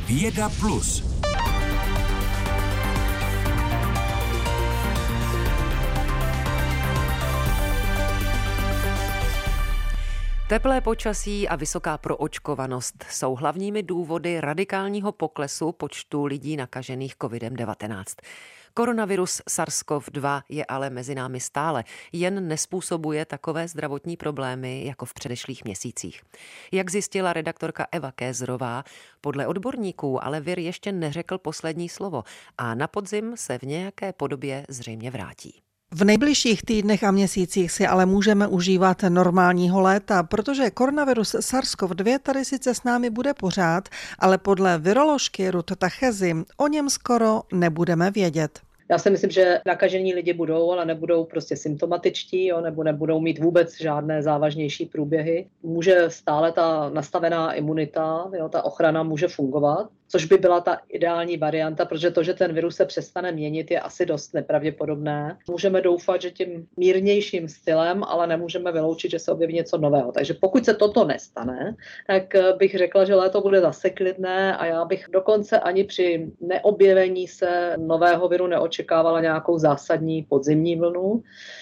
Věda Plus. Teplé počasí a vysoká proočkovanost jsou hlavními důvody radikálního poklesu počtu lidí nakažených COVID-19. Koronavirus SARS-CoV-2 je ale mezi námi stále, jen nezpůsobuje takové zdravotní problémy jako v předešlých měsících. Jak zjistila redaktorka Eva Kézrová, podle odborníků ale vir ještě neřekl poslední slovo a na podzim se v nějaké podobě zřejmě vrátí. V nejbližších týdnech a měsících si ale můžeme užívat normálního léta, protože koronavirus SARS-CoV-2 tady sice s námi bude pořád, ale podle viroložky Ruth Tachezy o něm skoro nebudeme vědět. Já si myslím, že nakažení lidi budou, ale nebudou prostě symptomatičtí, nebo nebudou mít vůbec žádné závažnější průběhy. Může stále ta nastavená imunita, ta ochrana může fungovat, což by byla ta ideální varianta, protože to, že ten virus se přestane měnit, je asi dost nepravděpodobné. Můžeme doufat, že tím mírnějším stylem, ale nemůžeme vyloučit, že se objeví něco nového. Takže pokud se toto nestane, tak bych řekla, že léto bude zase klidné a já bych dokonce ani při neobjevení se nového viru neočekávala nějakou zásadní podzimní vlnu.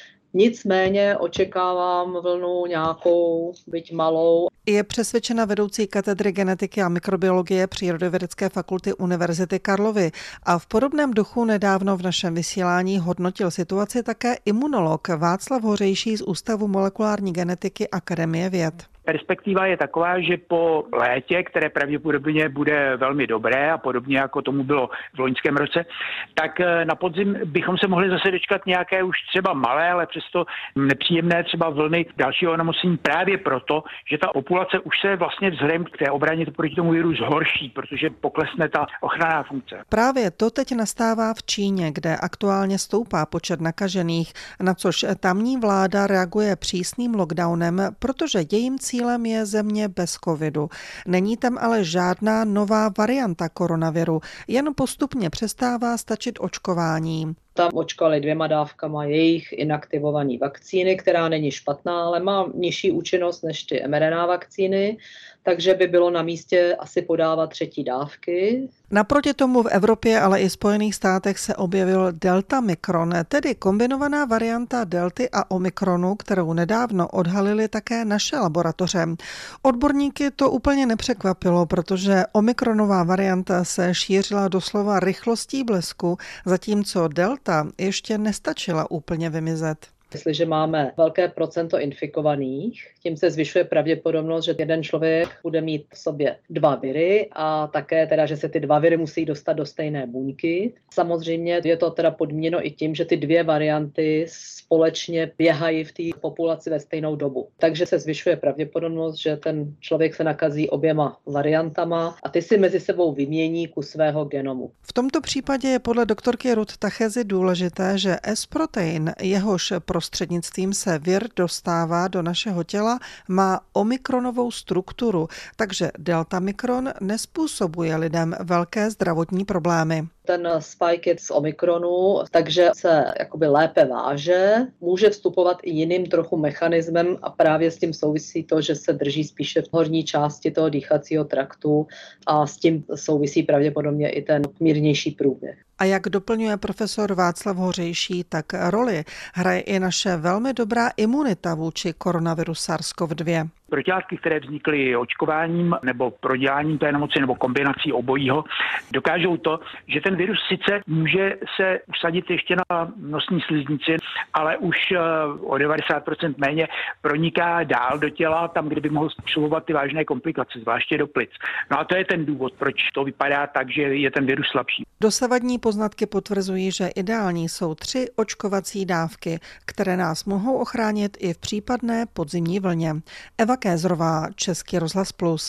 Nicméně očekávám vlnu nějakou, byť malou. Je přesvědčena vedoucí katedry genetiky a mikrobiologie Přírodovědecké fakulty Univerzity Karlovy a v podobném duchu nedávno v našem vysílání hodnotil situaci také imunolog Václav Hořejší z Ústavu molekulární genetiky Akademie věd. Perspektiva je taková, že po létě, které pravděpodobně bude velmi dobré a podobně jako tomu bylo v loňském roce, tak na podzim bychom se mohli zase dočkat nějaké už třeba malé, ale přesto nepříjemné třeba vlny dalšího onemocnění právě proto, že ta populace už se vlastně vzhledem k té obraně proti tomu viru zhorší, protože poklesne ta ochranná funkce. Právě to teď nastává v Číně, kde aktuálně stoupá počet nakažených, na což tamní vláda reaguje přísným lockdownem, protože jejím cílem je země bez covidu. Není tam ale žádná nová varianta koronaviru, jen postupně přestává stačit očkování. Tam očkovali 2 dávkama jejich inaktivované vakcíny, která není špatná, ale má nižší účinnost než ty mRNA vakcíny, takže by bylo na místě asi podávat 3. dávky. Naproti tomu v Evropě, ale i Spojených státech se objevil Delta Mikron, tedy kombinovaná varianta Delty a Omikronu, kterou nedávno odhalily také naše laboratoře. Odborníky to úplně nepřekvapilo, protože Omikronová varianta se šířila doslova rychlostí blesku, zatímco Delta ještě nestačila úplně vymizet. Jestliže máme velké procento infikovaných, tím se zvyšuje pravděpodobnost, že jeden člověk bude mít v sobě 2 viry a také teda, že se ty 2 viry musí dostat do stejné buňky. Samozřejmě je to teda podmíněno i tím, že ty 2 varianty společně běhají v té populaci ve stejnou dobu. Takže se zvyšuje pravděpodobnost, že ten člověk se nakazí oběma variantama a ty si mezi sebou vymění kus svého genomu. V tomto případě je podle doktorky Ruth Tachezy důležité, že S-protein, jehož prostřednictvím se vir dostává do našeho těla, má omikronovou strukturu, takže delta mikron nezpůsobuje lidem velké zdravotní problémy. Ten spike je z omikronu, takže se jakoby lépe váže, může vstupovat i jiným trochu mechanismem a právě s tím souvisí to, že se drží spíše v horní části toho dýchacího traktu a s tím souvisí pravděpodobně i ten mírnější průběh. A jak doplňuje profesor Václav Hořejší, tak roli hraje i naše velmi dobrá imunita vůči koronaviru SARS-CoV-2. Protilátky, které vznikly očkováním nebo proděláním té nemoci nebo kombinací obojího, dokážou to, že ten virus sice může se usadit ještě na nosní sliznici, ale už o 90% méně proniká dál do těla, tam, kde by mohl způsobovat ty vážné komplikace, zvláště do plic. No a to je ten důvod, proč to vypadá tak, že je ten virus slabší. Dosavadní poznatky potvrzují, že ideální jsou 3 očkovací dávky, které nás mohou ochránit i v případné podzimní vlně. Eva Kézrová, Český rozhlas Plus.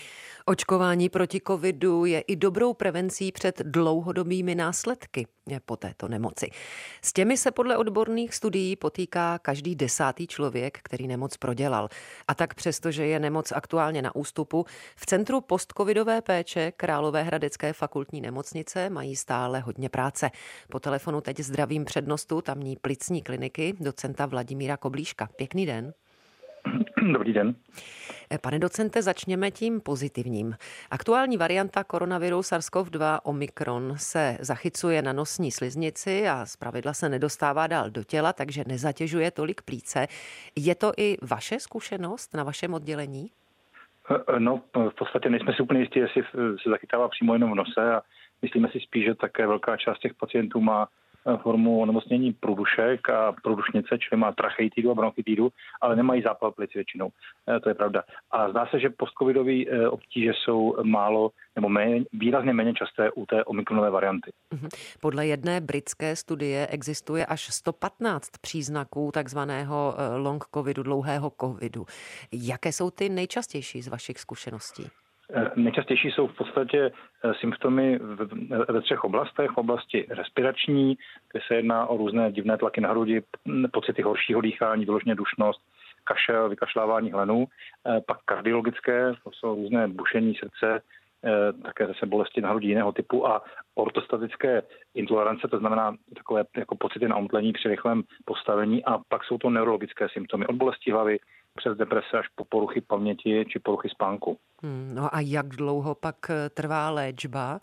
Očkování proti covidu je i dobrou prevencí před dlouhodobými následky po této nemoci. S těmi se podle odborných studií potýká každý 10. člověk, který nemoc prodělal. A tak přestože je nemoc aktuálně na ústupu, v Centru postcovidové péče Královéhradecké fakultní nemocnice mají stále hodně práce. Po telefonu teď zdravím přednostu tamní plicní kliniky, docenta Vladimíra Koblíška. Pěkný den. Dobrý den. Pane docente, začněme tím pozitivním. Aktuální varianta koronaviru SARS-CoV-2 Omikron se zachycuje na nosní sliznici a zpravidla se nedostává dál do těla, takže nezatěžuje tolik plíce. Je to i vaše zkušenost na vašem oddělení? No, v podstatě nejsme si úplně jistí, jestli se zachytává přímo jenom v nose a myslíme si spíš, že také velká část těch pacientů má formu onemocnění průdušek a průdušnice, čili má trachejtidu a bronchitidu, ale nemají zápal plic většinou. To je pravda. A zdá se, že postcovidové obtíže jsou málo nebo výrazně méně časté u té omikronové varianty. Podle jedné britské studie existuje až 115 příznaků takzvaného long covidu, dlouhého covidu. Jaké jsou ty nejčastější z vašich zkušeností? Nejčastější jsou v podstatě symptomy ve 3 oblastech. V oblasti respirační, kde se jedná o různé divné tlaky na hrudi, pocity horšího dýchání, vyloženě dušnost, kašel, vykašlávání hlenů. Pak kardiologické, to jsou různé bušení srdce, také zase bolesti na hrudi jiného typu a ortostatické intolerance, to znamená takové jako pocity na omdlení při rychlém postavení a pak jsou to neurologické symptomy od bolesti hlavy přes deprese až po poruchy paměti či poruchy spánku. No a jak dlouho pak trvá léčba?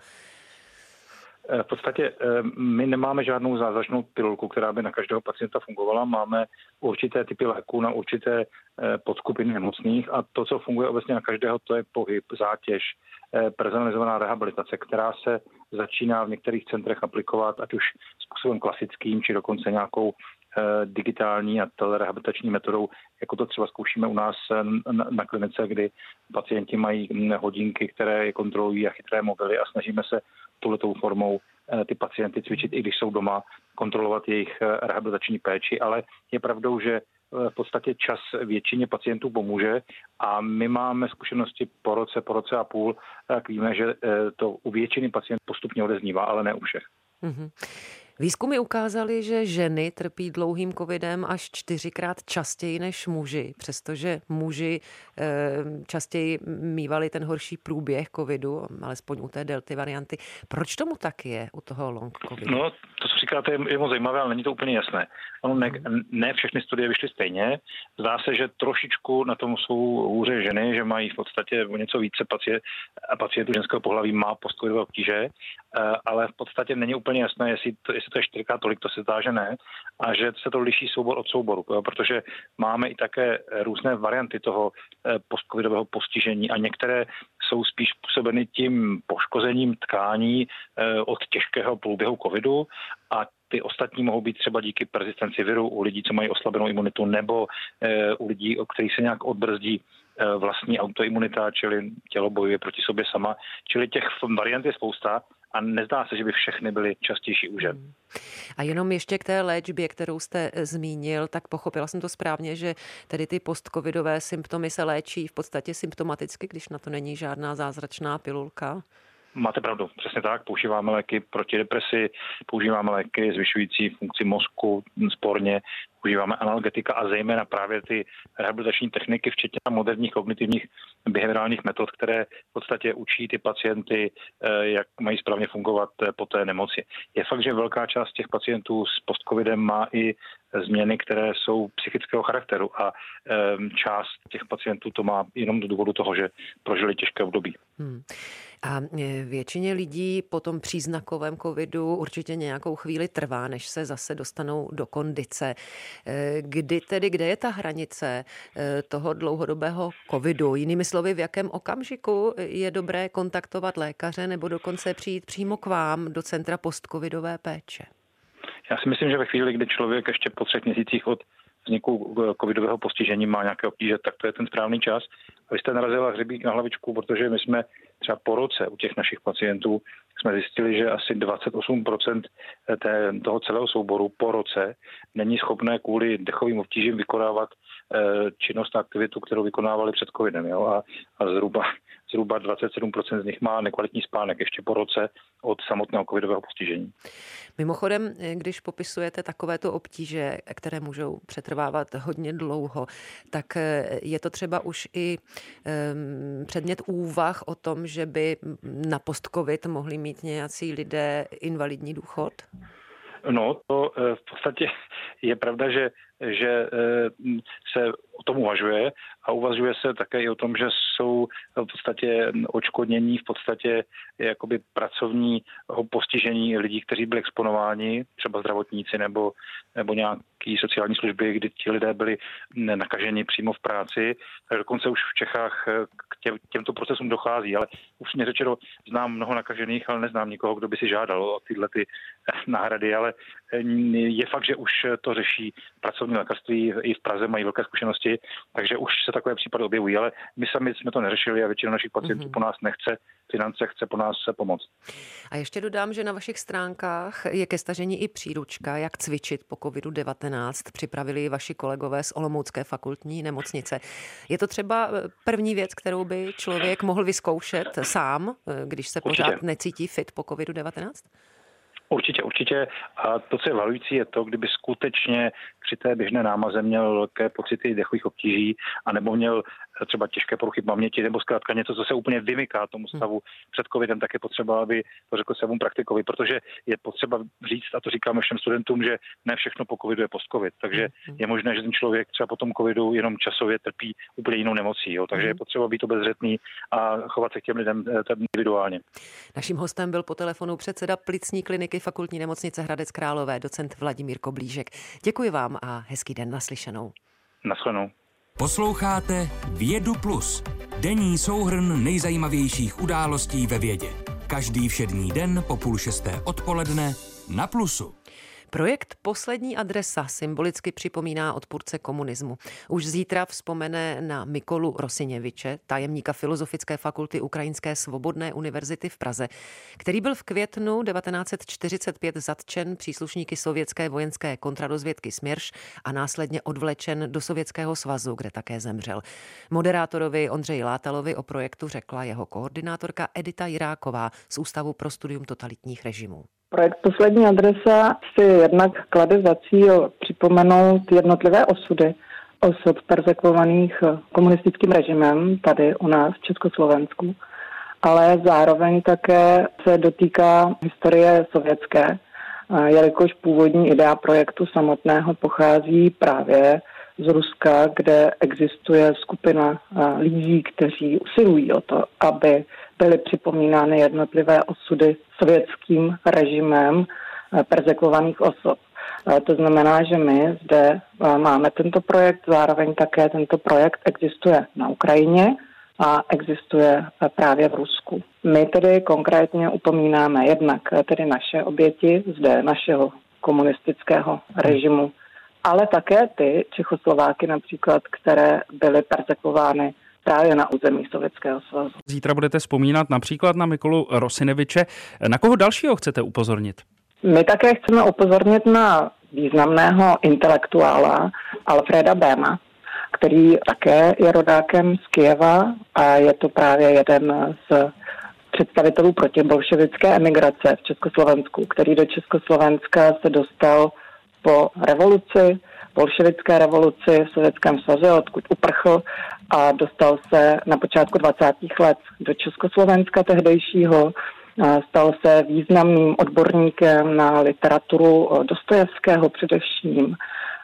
V podstatě my nemáme žádnou zázračnou pilulku, která by na každého pacienta fungovala. Máme určité typy léků na určité podskupiny nemocných a to, co funguje obecně na každého, to je pohyb, zátěž, personalizovaná rehabilitace, která se začíná v některých centrech aplikovat, ať už způsobem klasickým, či dokonce nějakou digitální a telerehabilitační metodou, jako to třeba zkoušíme u nás na klinice, kdy pacienti mají hodinky, které je kontrolují a chytré mobily a snažíme se touhletou formou ty pacienty cvičit, i když jsou doma, kontrolovat jejich rehabilitační péči, ale je pravdou, že v podstatě čas většině pacientů pomůže a my máme zkušenosti po roce a půl, tak víme, že to u většiny pacientů postupně odeznívá, ale ne u všech. Výzkumy ukázaly, že ženy trpí dlouhým covidem až 4krát častěji než muži, přestože muži častěji mívali ten horší průběh covidu, alespoň u té delty varianty. Proč tomu tak je u toho long covidu? No, to, co říkáte, je moc zajímavé, ale není to úplně jasné. Ono ne všechny studie vyšly stejně. Zdá se, že trošičku na tom jsou hůře ženy, že mají v podstatě o něco více pacientů ženského pohlaví má postcovidové obtíže, ale v podstatě není úplně jasné, jestli to je 4krát tolik, to se zdá, že ne, a že se to liší soubor od souboru, protože máme i také různé varianty toho postcovidového postižení a některé jsou spíš způsobeny tím poškozením tkání od těžkého průběhu covidu a ty ostatní mohou být třeba díky persistenci viru u lidí, co mají oslabenou imunitu, nebo u lidí, o kterých se nějak odbrzdí vlastní autoimunita, čili tělo bojuje proti sobě sama. Čili těch variant je spousta a nezdá se, že by všechny byly častější u žen. A jenom ještě k té léčbě, kterou jste zmínil, tak pochopila jsem to správně, že tedy ty postcovidové symptomy se léčí v podstatě symptomaticky, když na to není žádná zázračná pilulka? Máte pravdu, přesně tak. Používáme léky proti depresi, používáme léky zvyšující funkci mozku sporně, používáme analgetika a zejména právě ty rehabilitační techniky, včetně moderních kognitivních behaviorálních metod, které v podstatě učí ty pacienty, jak mají správně fungovat po té nemoci. Je fakt, že velká část těch pacientů s postcovidem má i změny, které jsou psychického charakteru a část těch pacientů to má jenom do důvodu toho, že prožili těžké období. A většině lidí po tom příznakovém covidu určitě nějakou chvíli trvá, než se zase dostanou do kondice. Kde je ta hranice toho dlouhodobého covidu? Jinými slovy, v jakém okamžiku je dobré kontaktovat lékaře nebo dokonce přijít přímo k vám do centra postcovidové péče? Já si myslím, že ve chvíli, kdy člověk ještě po 3 měsících od vzniku covidového postižení má nějaké obtíže, tak to je ten správný čas. A vy jste narazila hřebík na hlavičku, protože my jsme třeba po roce u těch našich pacientů jsme zjistili, že asi 28% toho celého souboru po roce není schopné kvůli dechovým obtížím vykonávat činnost a aktivitu, kterou vykonávali před covidem. Jo? A zhruba 27% z nich má nekvalitní spánek ještě po roce od samotného covidového postižení. Mimochodem, když popisujete takovéto obtíže, které můžou přetrvávat hodně dlouho, tak je to třeba už i předmět úvah o tom, že by na post-covid mohli mít nějací lidé invalidní důchod? No, to v podstatě je pravda, že se o tom uvažuje a uvažuje se také i o tom, že jsou v podstatě odškodnění, v podstatě jakoby pracovního postižení lidí, kteří byli exponováni, třeba zdravotníci nebo nějaké sociální služby, kdy ti lidé byli nakaženi přímo v práci. Tak dokonce už v Čechách k těmto procesům dochází, ale upřímně řečeno znám mnoho nakažených, ale neznám nikoho, kdo by si žádal o tyhle ty náhrady, ale je fakt, že už to řeší pracovní lékařství i v Praze, mají velké zkušenosti, takže už se takové případy objevují, ale my sami jsme to neřešili a většina našich pacientů po nás nechce finance, chce po nás pomoct. A ještě dodám, že na vašich stránkách je ke stažení i příručka, jak cvičit po COVID-19. Připravili vaši kolegové z Olomoucké fakultní nemocnice. Je to třeba první věc, kterou by člověk mohl vyzkoušet sám, když se pořád necítí fit po COVID-19? Určitě. A to, co je varující, je to, kdyby skutečně při té běžné námaze měl velké pocity dechových obtíží, anebo měl třeba těžké poruchy paměti, nebo zkrátka něco, co se úplně vymyká tomu stavu před covidem, tak je potřeba, aby to řekl svému praktikovi, protože je potřeba říct, a to říkáme všem studentům, že ne všechno po covidu je post-covid, takže je možné, že ten člověk třeba po tom covidu jenom časově trpí úplně jinou nemocí, jo? Takže je potřeba být obezřetný a chovat se k těm lidem individuálně. Naším hostem byl po telefonu předseda plicní kliniky Fakultní nemocnice Hradec Králové, docent Vladimír Koblížek. Děkuji vám a hezký den, naslyšenou. Naschledanou. Posloucháte Vědu Plus, denní souhrn nejzajímavějších událostí ve vědě. Každý všední den po 5:30 odpoledne na Plusu. Projekt Poslední adresa symbolicky připomíná odpůrce komunismu. Už zítra vzpomene na Mykolu Rosiněviče, tajemníka Filozofické fakulty Ukrajinské svobodné univerzity v Praze, který byl v květnu 1945 zatčen příslušníky sovětské vojenské kontrarozvědky Směrš a následně odvlečen do Sovětského svazu, kde také zemřel. Moderátorovi Ondřeji Látalovi o projektu řekla jeho koordinátorka Edita Jiráková z Ústavu pro studium totalitních režimů. Projekt Poslední adresa si jednak klade za cíl připomenout jednotlivé osudy osob perzekvovaných komunistickým režimem tady u nás v Československu, ale zároveň také se dotýká historie sovětské, jelikož původní idea projektu samotného pochází právě z Ruska, kde existuje skupina lidí, kteří usilují o to, aby byly připomínány jednotlivé osudy sovětským režimem perzekvovaných osob. To znamená, že my zde máme tento projekt, zároveň také tento projekt existuje na Ukrajině a existuje právě v Rusku. My tedy konkrétně upomínáme jednak tedy naše oběti zde našeho komunistického režimu, ale také ty Čechoslováky například, které byly perzekvovány právě na území Sovětského svazu. Zítra budete vzpomínat například na Mykolu Rosiněviče. Na koho dalšího chcete upozornit? My také chceme upozornit na významného intelektuála Alfreda Béma, který také je rodákem z Kyjeva a je to právě jeden z představitelů protibolševické emigrace v Československu, který do Československa se dostal po revoluci, bolševické revoluci v Sovětském svazu, odkud uprchl a dostal se na počátku 20. let do Československa tehdejšího. Stal se významným odborníkem na literaturu Dostojevského především.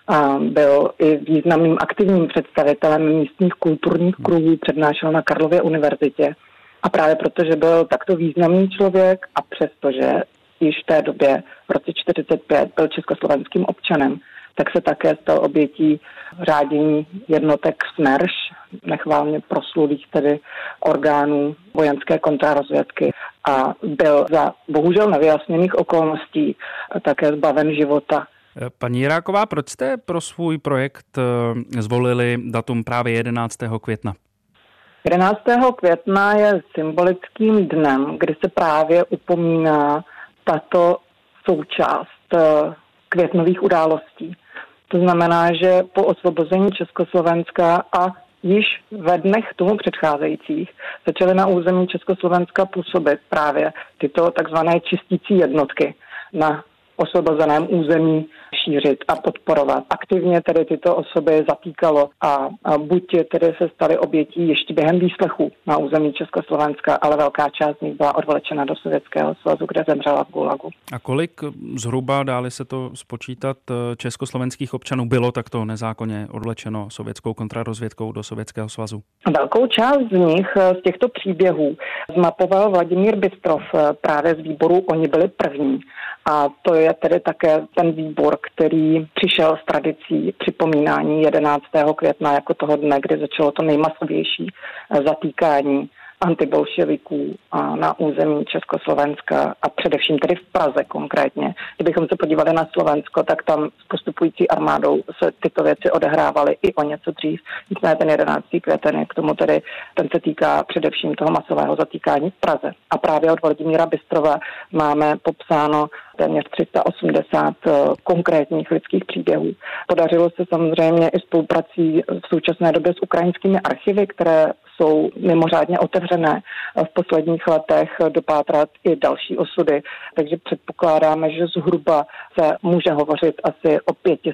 Byl i významným aktivním představitelem místních kulturních kruhů, přednášel na Karlově univerzitě. A právě protože byl takto významný člověk a přestože již v té době v roce 1945 byl československým občanem, tak se také stal obětí řádění jednotek Smerš, nechválně proslulých tedy orgánů vojenské kontrarozvědky a byl za bohužel nevyjasněných okolností také zbaven života. Paní Jiráková, proč jste pro svůj projekt zvolili datum právě 11. května? 11. května je symbolickým dnem, kdy se právě upomíná tato součást květnových událostí. To znamená, že po osvobození Československa a již ve dnech tomu předcházejících začaly na území Československa působit právě tyto takzvané čistící jednotky na osvobozeném území šířit a podporovat. Aktivně tedy tyto osoby zatýkalo a buď tedy se staly obětí ještě během výslechu na území Československa, ale velká část z nich byla odvlečena do Sovětského svazu, kde zemřela v Gulagu. A kolik zhruba, dáli se to spočítat, československých občanů bylo takto nezákonně odvlečeno sovětskou kontrarozvědkou do Sovětského svazu? Velkou část z nich, z těchto příběhů, zmapoval Vladimír Bystrov právě z výboru Oni byli první. A to je tedy také ten výbor, který přišel s tradicí připomínání 11. května jako toho dne, kdy začalo to nejmasovější zatýkání antibolševiků na území Československa a především tedy v Praze konkrétně. Kdybychom se podívali na Slovensko, tak tam s postupující armádou se tyto věci odehrávaly i o něco dřív. Nicméně ten 11. květen je k tomu tedy, ten se týká především toho masového zatýkání v Praze. A právě od Vladimíra Bystrova máme popsáno téměř 380 konkrétních lidských příběhů. Podařilo se samozřejmě i spoluprací v současné době s ukrajinskými archivy, které jsou mimořádně otevřené v posledních letech, dopátrat i další osudy. Takže předpokládáme, že zhruba se může hovořit asi o 500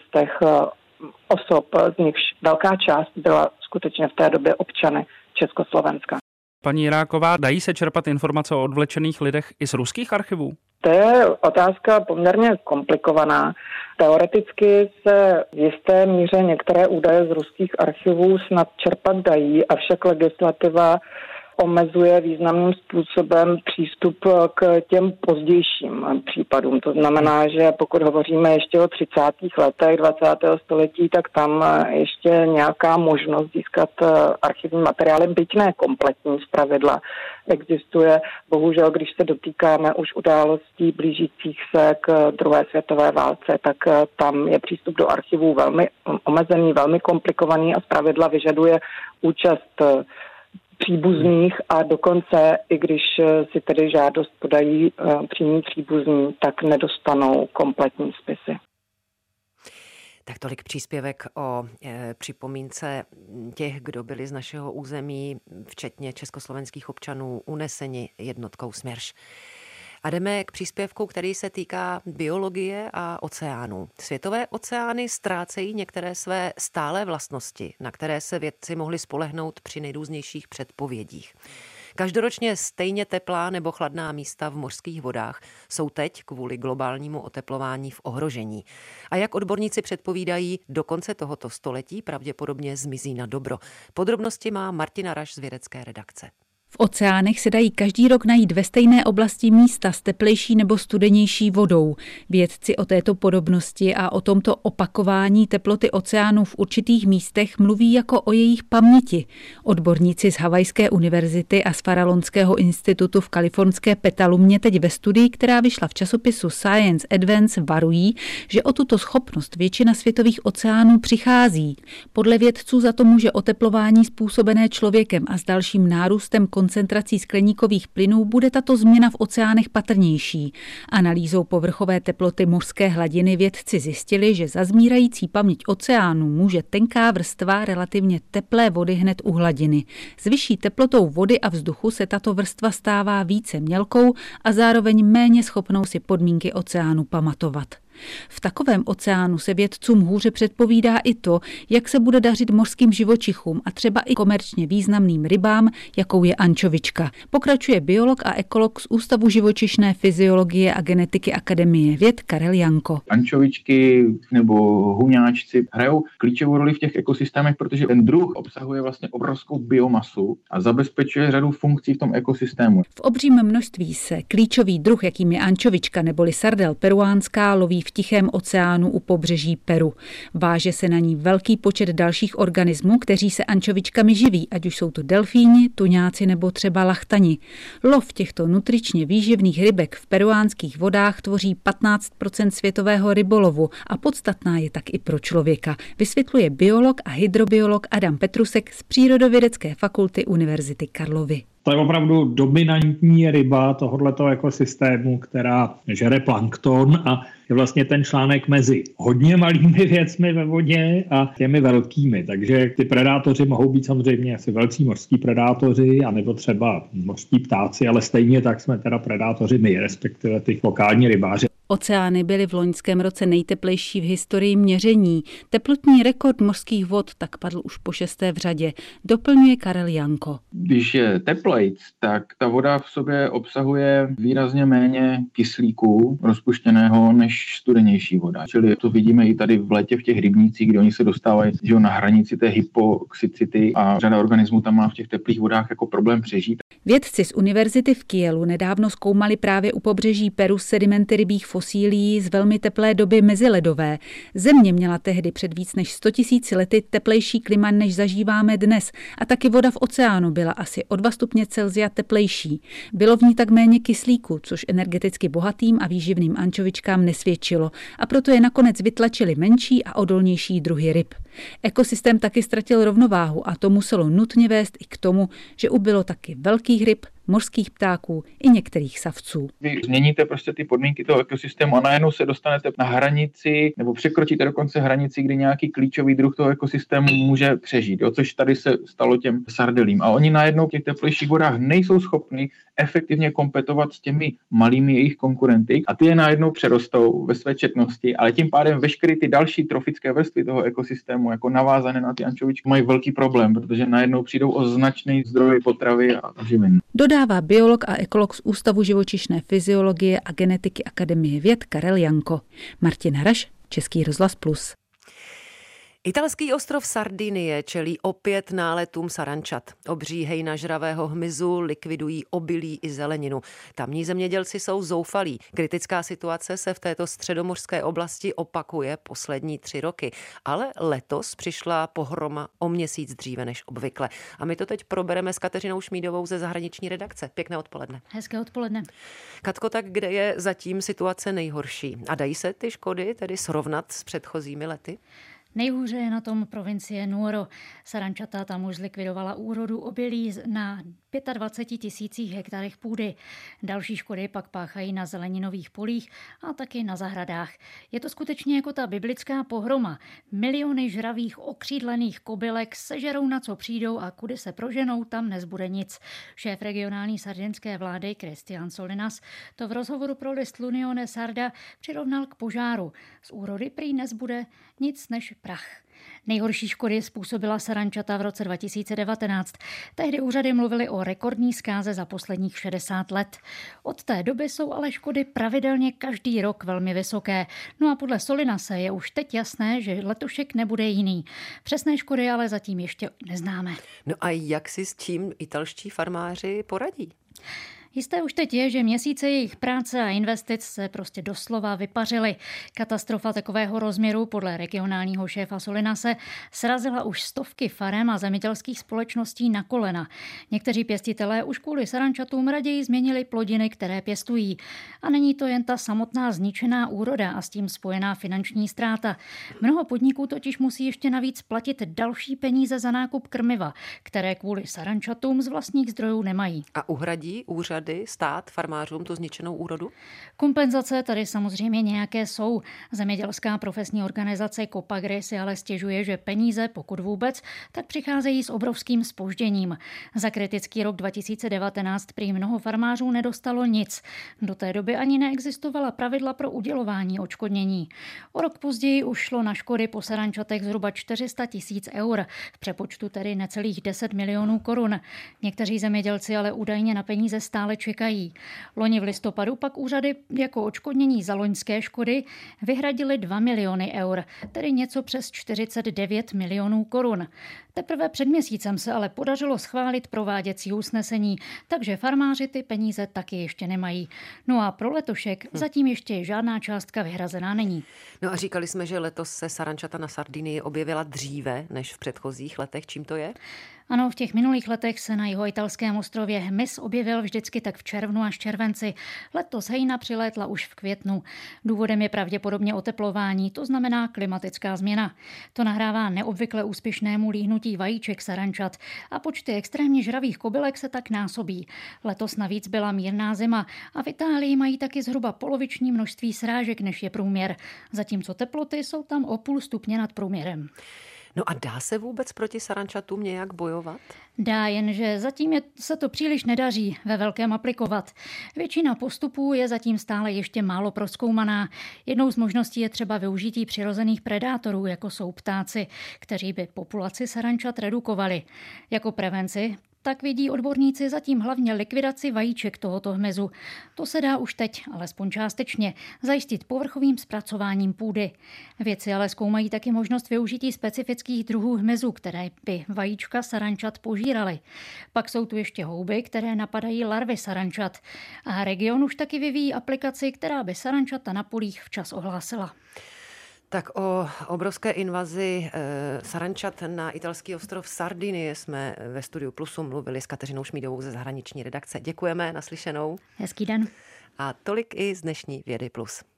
osob, z nichž velká část byla skutečně v té době občany Československa. Paní Jiráková, dají se čerpat informace o odvlečených lidech i z ruských archivů? To je otázka poměrně komplikovaná. Teoreticky se v jisté míře některé údaje z ruských archivů snad čerpat dají, avšak legislativa omezuje významným způsobem přístup k těm pozdějším případům. To znamená, že pokud hovoříme ještě o 30. letech 20. století, tak tam ještě nějaká možnost získat archivní materiály, byť ne kompletní zpravidla, existuje. Bohužel, když se dotýkáme už událostí blížících se k druhé světové válce, tak tam je přístup do archivů velmi omezený, velmi komplikovaný a zpravidla vyžaduje účast příbuzných a dokonce, i když si tedy žádost podají přímí příbuzní, tak nedostanou kompletní spisy. Tak tolik příspěvek o připomínce těch, kdo byli z našeho území, včetně československých občanů, uneseni jednotkou Smerš. A jdeme k příspěvku, který se týká biologie a oceánů. Světové oceány ztrácejí některé své stálé vlastnosti, na které se vědci mohli spolehnout při nejrůznějších předpovědích. Každoročně stejně teplá nebo chladná místa v mořských vodách jsou teď kvůli globálnímu oteplování v ohrožení. A jak odborníci předpovídají, do konce tohoto století pravděpodobně zmizí na dobro. Podrobnosti má Martina Raš z vědecké redakce. V oceánech se dají každý rok najít ve stejné oblasti místa s teplejší nebo studenější vodou. Vědci o této podobnosti a o tomto opakování teploty oceánů v určitých místech mluví jako o jejich paměti. Odborníci z Havajské univerzity a z Farallonského institutu v kalifornské Petalumě teď ve studii, která vyšla v časopisu Science Advance, varují, že o tuto schopnost většina světových oceánů přichází. Podle vědců za to může oteplování způsobené člověkem a s dalším nárůstem koncentrací skleníkových plynů bude tato změna v oceánech patrnější. Analýzou povrchové teploty mořské hladiny vědci zjistili, že za zmírající paměť oceánů může tenká vrstva relativně teplé vody hned u hladiny. S vyšší teplotou vody a vzduchu se tato vrstva stává více mělkou a zároveň méně schopnou si podmínky oceánu pamatovat. V takovém oceánu se vědcům hůře předpovídá i to, jak se bude dařit mořským živočichům a třeba i komerčně významným rybám, jakou je ančovička. Pokračuje biolog a ekolog z Ústavu živočišné fyziologie a genetiky Akademie věd Karel Janko. Ančovičky nebo huňáčci hrajou klíčovou roli v těch ekosystémech, protože ten druh obsahuje vlastně obrovskou biomasu a zabezpečuje řadu funkcí v tom ekosystému. V obřím množství se klíčový druh, jakým je ančovička neboli sardel peruánská, loví v Tichém oceánu u pobřeží Peru. Váže se na ní velký počet dalších organismů, kteří se ančovičkami živí, ať už jsou to delfíni, tuňáci nebo třeba lachtani. Lov těchto nutričně výživných rybek v peruánských vodách tvoří 15% světového rybolovu a podstatná je tak i pro člověka, vysvětluje biolog a hydrobiolog Adam Petrusek z Přírodovědecké fakulty Univerzity Karlovy. To je opravdu dominantní ryba tohoto ekosystému, která žere plankton a je vlastně ten článek mezi hodně malými věcmi ve vodě a těmi velkými. Takže ty predátoři mohou být samozřejmě asi velcí mořský predátoři, anebo třeba mořský ptáci, ale stejně tak jsme teda predátoři my, respektive ty lokální rybáři. Oceány byly v loňském roce nejteplejší v historii měření. Teplotní rekord mořských vod tak padl už po 6. v řadě. Doplňuje Karel Janko. Když je teplejc, tak ta voda v sobě obsahuje výrazně méně kyslíku rozpuštěného než studenější voda. Čili to vidíme i tady v létě v těch rybnících, kde oni se dostávají na hranici té hypoxicity a řada organismů tam má v těch teplých vodách jako problém přežít. Vědci z univerzity v Kielu nedávno zkoumali právě u pobřeží Peru sedimenty rybích fosílií z velmi teplé doby meziledové. Země měla tehdy před víc než 100 000 lety teplejší klima, než zažíváme dnes, a taky voda v oceánu byla asi o 2 stupně Celsia teplejší. Bylo v ní tak méně kyslíku, což energeticky bohatým a výživným ančovičkám nesvědčilo, a proto je nakonec vytlačili menší a odolnější druhy ryb. Ekosystém taky ztratil rovnováhu a to muselo nutně vést i k tomu, že ubylo taky velkých ryb, mořských ptáků i některých savců. Vy změníte prostě ty podmínky toho ekosystému a najednou se dostanete na hranici nebo překročíte dokonce hranici, kdy nějaký klíčový druh toho ekosystému může přežít, což tady se stalo těm sardelím. A oni najednou v těch teplejších vodách nejsou schopni efektivně kompetovat s těmi malými jejich konkurenty a ty je najednou přerostou ve své četnosti, ale tím pádem veškeré ty další trofické vrstvy toho ekosystému, jako navázané na ty ančovičky, mají velký problém, protože najednou přijdou o značný zdroj potravy a živin. Dodává biolog a ekolog z Ústavu živočišné fyziologie a genetiky Akademie věd Karel Janko. Martin Hraš, Český rozhlas Plus. Italský ostrov Sardinie čelí opět náletům sarančat. Obří hejna žravého hmyzu likvidují obilí i zeleninu. Tamní zemědělci jsou zoufalí. Kritická situace se v této středomořské oblasti opakuje poslední 3 roky. Ale letos přišla pohroma o měsíc dříve než obvykle. A my to teď probereme s Kateřinou Šmídovou ze zahraniční redakce. Pěkné odpoledne. Hezké odpoledne. Katko, tak kde je zatím situace nejhorší? A dají se ty škody tedy srovnat s předchozími lety? Nejhůře je na tom provincie Nuoro. Sarančata tam už zlikvidovala úrodu obilí na 25 000 hektarech půdy. Další škody pak páchají na zeleninových polích a taky na zahradách. Je to skutečně jako ta biblická pohroma. Miliony žravých okřídlených kobylek sežerou, na co přijdou, a kudy se proženou, tam nezbude nic. Šéf regionální sardinské vlády Cristian Solinas to v rozhovoru pro list l'Unione Sarda přirovnal k požáru. Z úrody prý nezbude nic než prach. Nejhorší škody způsobila sarančata v roce 2019. Tehdy úřady mluvily o rekordní zkáze za posledních 60 let. Od té doby jsou ale škody pravidelně každý rok velmi vysoké. No a podle Solinase je už teď jasné, že letošek nebude jiný. Přesné škody ale zatím ještě neznáme. No a jak si s tím italští farmáři poradí? Jisté už teď je, že měsíce jejich práce a investic se prostě doslova vypařily. Katastrofa takového rozměru podle regionálního šéfa Solinase srazila už stovky farem a zemědělských společností na kolena. Někteří pěstitelé už kvůli sarančatům raději změnili plodiny, které pěstují. A není to jen ta samotná zničená úroda a s tím spojená finanční ztráta. Mnoho podniků totiž musí ještě navíc platit další peníze za nákup krmiva, které kvůli sarančatům z vlastních zdrojů nemají. A uhradí úřady, stát farmářům tu zničenou úrodu? Kompenzace tady samozřejmě nějaké jsou. Zemědělská profesní organizace Copagri si ale stěžuje, že peníze, pokud vůbec, tak přicházejí s obrovským zpožděním. Za kritický rok 2019 prý mnoho farmářů nedostalo nic. Do té doby ani neexistovala pravidla pro udělování odškodnění. O rok později už šlo na škody po sarančatech zhruba 400 000 eur, v přepočtu tedy necelých 10 milionů korun. Někteří zemědělci ale údajně na peníze stále čekají. Loni v listopadu pak úřady jako odškodnění za loňské škody vyhradili 2 miliony eur, tedy něco přes 49 milionů korun. Teprve před měsícem se ale podařilo schválit prováděcí usnesení, takže farmáři ty peníze taky ještě nemají. No a pro letošek zatím ještě žádná částka vyhrazená není. No a říkali jsme, že letos se sarančata na Sardinii objevila dříve než v předchozích letech. Čím to je? Ano, v těch minulých letech se na jihoitalském ostrově hmyz objevil vždycky tak v červnu až červenci. Letos hejna přilétla už v květnu. Důvodem je pravděpodobně oteplování, to znamená klimatická změna. To nahrává neobvykle úspěšnému líhnutí vajíček sarančat a počty extrémně žravých kobylek se tak násobí. Letos navíc byla mírná zima a v Itálii mají taky zhruba poloviční množství srážek, než je průměr. Zatímco teploty jsou tam o 0,5 stupně nad průměrem. No a dá se vůbec proti sarančatům nějak bojovat? Dá, jenže zatím se to příliš nedaří ve velkém aplikovat. Většina postupů je zatím stále ještě málo prozkoumaná. Jednou z možností je třeba využití přirozených predátorů, jako jsou ptáci, kteří by populaci sarančat redukovali. Jako prevenci tak vidí odborníci zatím hlavně likvidaci vajíček tohoto hmyzu. To se dá už teď, alespoň částečně, zajistit povrchovým zpracováním půdy. Vědci ale zkoumají taky možnost využití specifických druhů hmyzu, které by vajíčka sarančat požíraly. Pak jsou tu ještě houby, které napadají larvy sarančat. A region už taky vyvíjí aplikaci, která by sarančata na polích včas ohlásila. Tak o obrovské invazi sarančat na italský ostrov Sardinie jsme ve Studiu Plusu mluvili s Kateřinou Šmídovou ze zahraniční redakce. Děkujeme, naslyšenou. Hezký den. A tolik i z dnešní Vědy Plus.